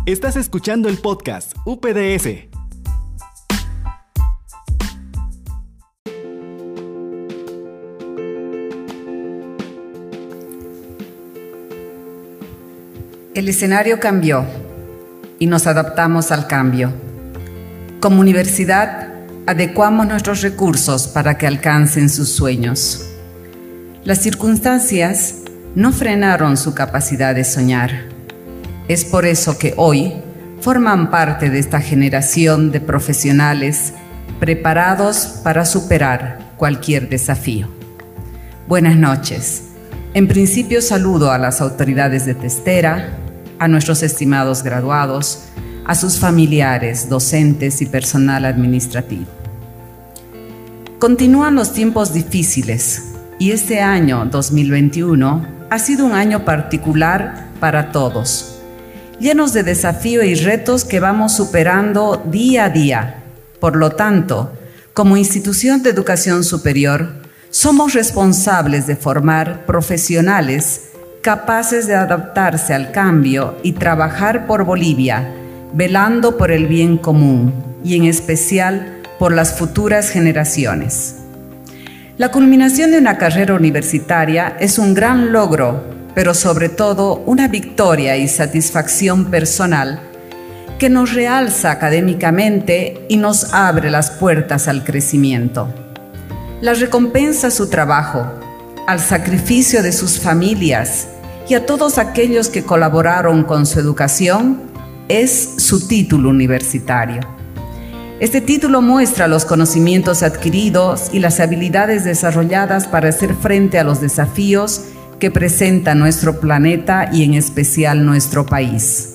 Estás escuchando el podcast UPDS. El escenario cambió y nos adaptamos al cambio. Como universidad, adecuamos nuestros recursos para que alcancen sus sueños. Las circunstancias no frenaron su capacidad de soñar. Es por eso que hoy forman parte de esta generación de profesionales preparados para superar cualquier desafío. Buenas noches. En principio saludo a las autoridades de Testera, a nuestros estimados graduados, a sus familiares, docentes y personal administrativo. Continúan los tiempos difíciles y este año 2021 ha sido un año particular para todos, llenos de desafíos y retos que vamos superando día a día. Por lo tanto, como institución de educación superior, somos responsables de formar profesionales capaces de adaptarse al cambio y trabajar por Bolivia, velando por el bien común y en especial por las futuras generaciones. La culminación de una carrera universitaria es un gran logro, pero sobre todo una victoria y satisfacción personal que nos realza académicamente y nos abre las puertas al crecimiento. La recompensa a su trabajo, al sacrificio de sus familias y a todos aquellos que colaboraron con su educación es su título universitario. Este título muestra los conocimientos adquiridos y las habilidades desarrolladas para hacer frente a los desafíos que presenta nuestro planeta y en especial nuestro país.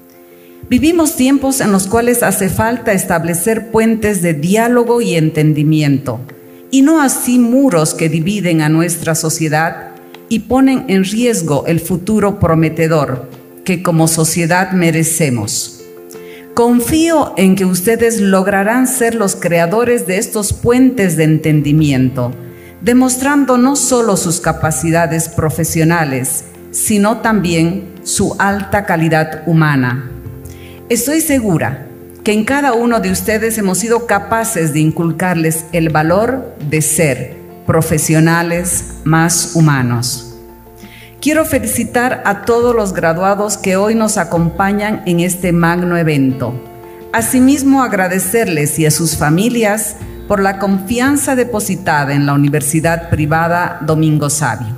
Vivimos tiempos en los cuales hace falta establecer puentes de diálogo y entendimiento, y no así muros que dividen a nuestra sociedad y ponen en riesgo el futuro prometedor que como sociedad merecemos. Confío en que ustedes lograrán ser los creadores de estos puentes de entendimiento, demostrando no solo sus capacidades profesionales, sino también su alta calidad humana. Estoy segura que en cada uno de ustedes hemos sido capaces de inculcarles el valor de ser profesionales más humanos. Quiero felicitar a todos los graduados que hoy nos acompañan en este magno evento. Asimismo, agradecerles y a sus familias por la confianza depositada en la Universidad Privada Domingo Savio.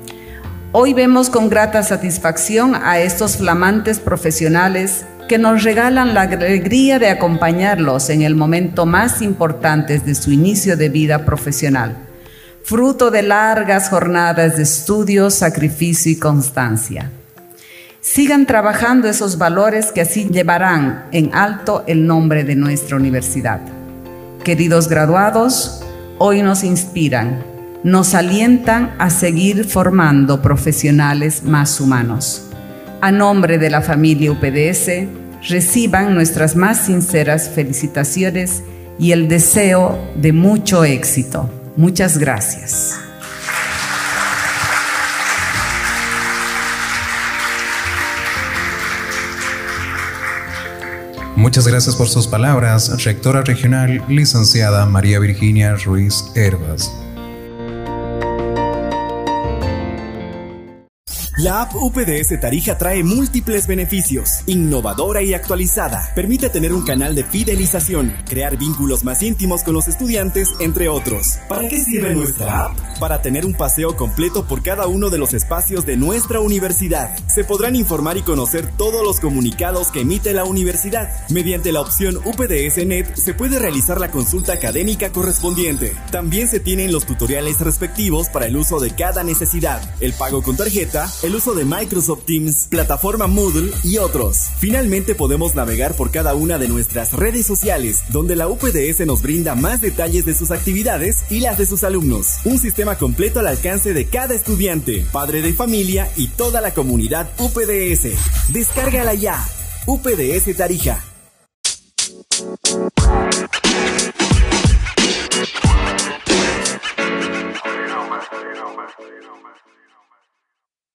Hoy vemos con grata satisfacción a estos flamantes profesionales que nos regalan la alegría de acompañarlos en el momento más importante de su inicio de vida profesional, fruto de largas jornadas de estudio, sacrificio y constancia. Sigan trabajando esos valores que así llevarán en alto el nombre de nuestra universidad. Queridos graduados, hoy nos inspiran, nos alientan a seguir formando profesionales más humanos. A nombre de la familia UPDS, reciban nuestras más sinceras felicitaciones y el deseo de mucho éxito. Muchas gracias. Muchas gracias por sus palabras, rectora regional, licenciada María Virginia Ruiz Hervas. La app UPDS Tarija trae múltiples beneficios. Innovadora y actualizada. Permite tener un canal de fidelización, crear vínculos más íntimos con los estudiantes, entre otros. ¿Para qué sirve nuestra app? Para tener un paseo completo por cada uno de los espacios de nuestra universidad. Se podrán informar y conocer todos los comunicados que emite la universidad. Mediante la opción UPDS-Net se puede realizar la consulta académica correspondiente. También se tienen los tutoriales respectivos para el uso de cada necesidad, el pago con tarjeta, el uso de Microsoft Teams, plataforma Moodle y otros. Finalmente podemos navegar por cada una de nuestras redes sociales, donde la UPDS nos brinda más detalles de sus actividades y las de sus alumnos. Un sistema completo al alcance de cada estudiante, padre de familia y toda la comunidad UPDS. Descárgala ya. UPDS Tarija.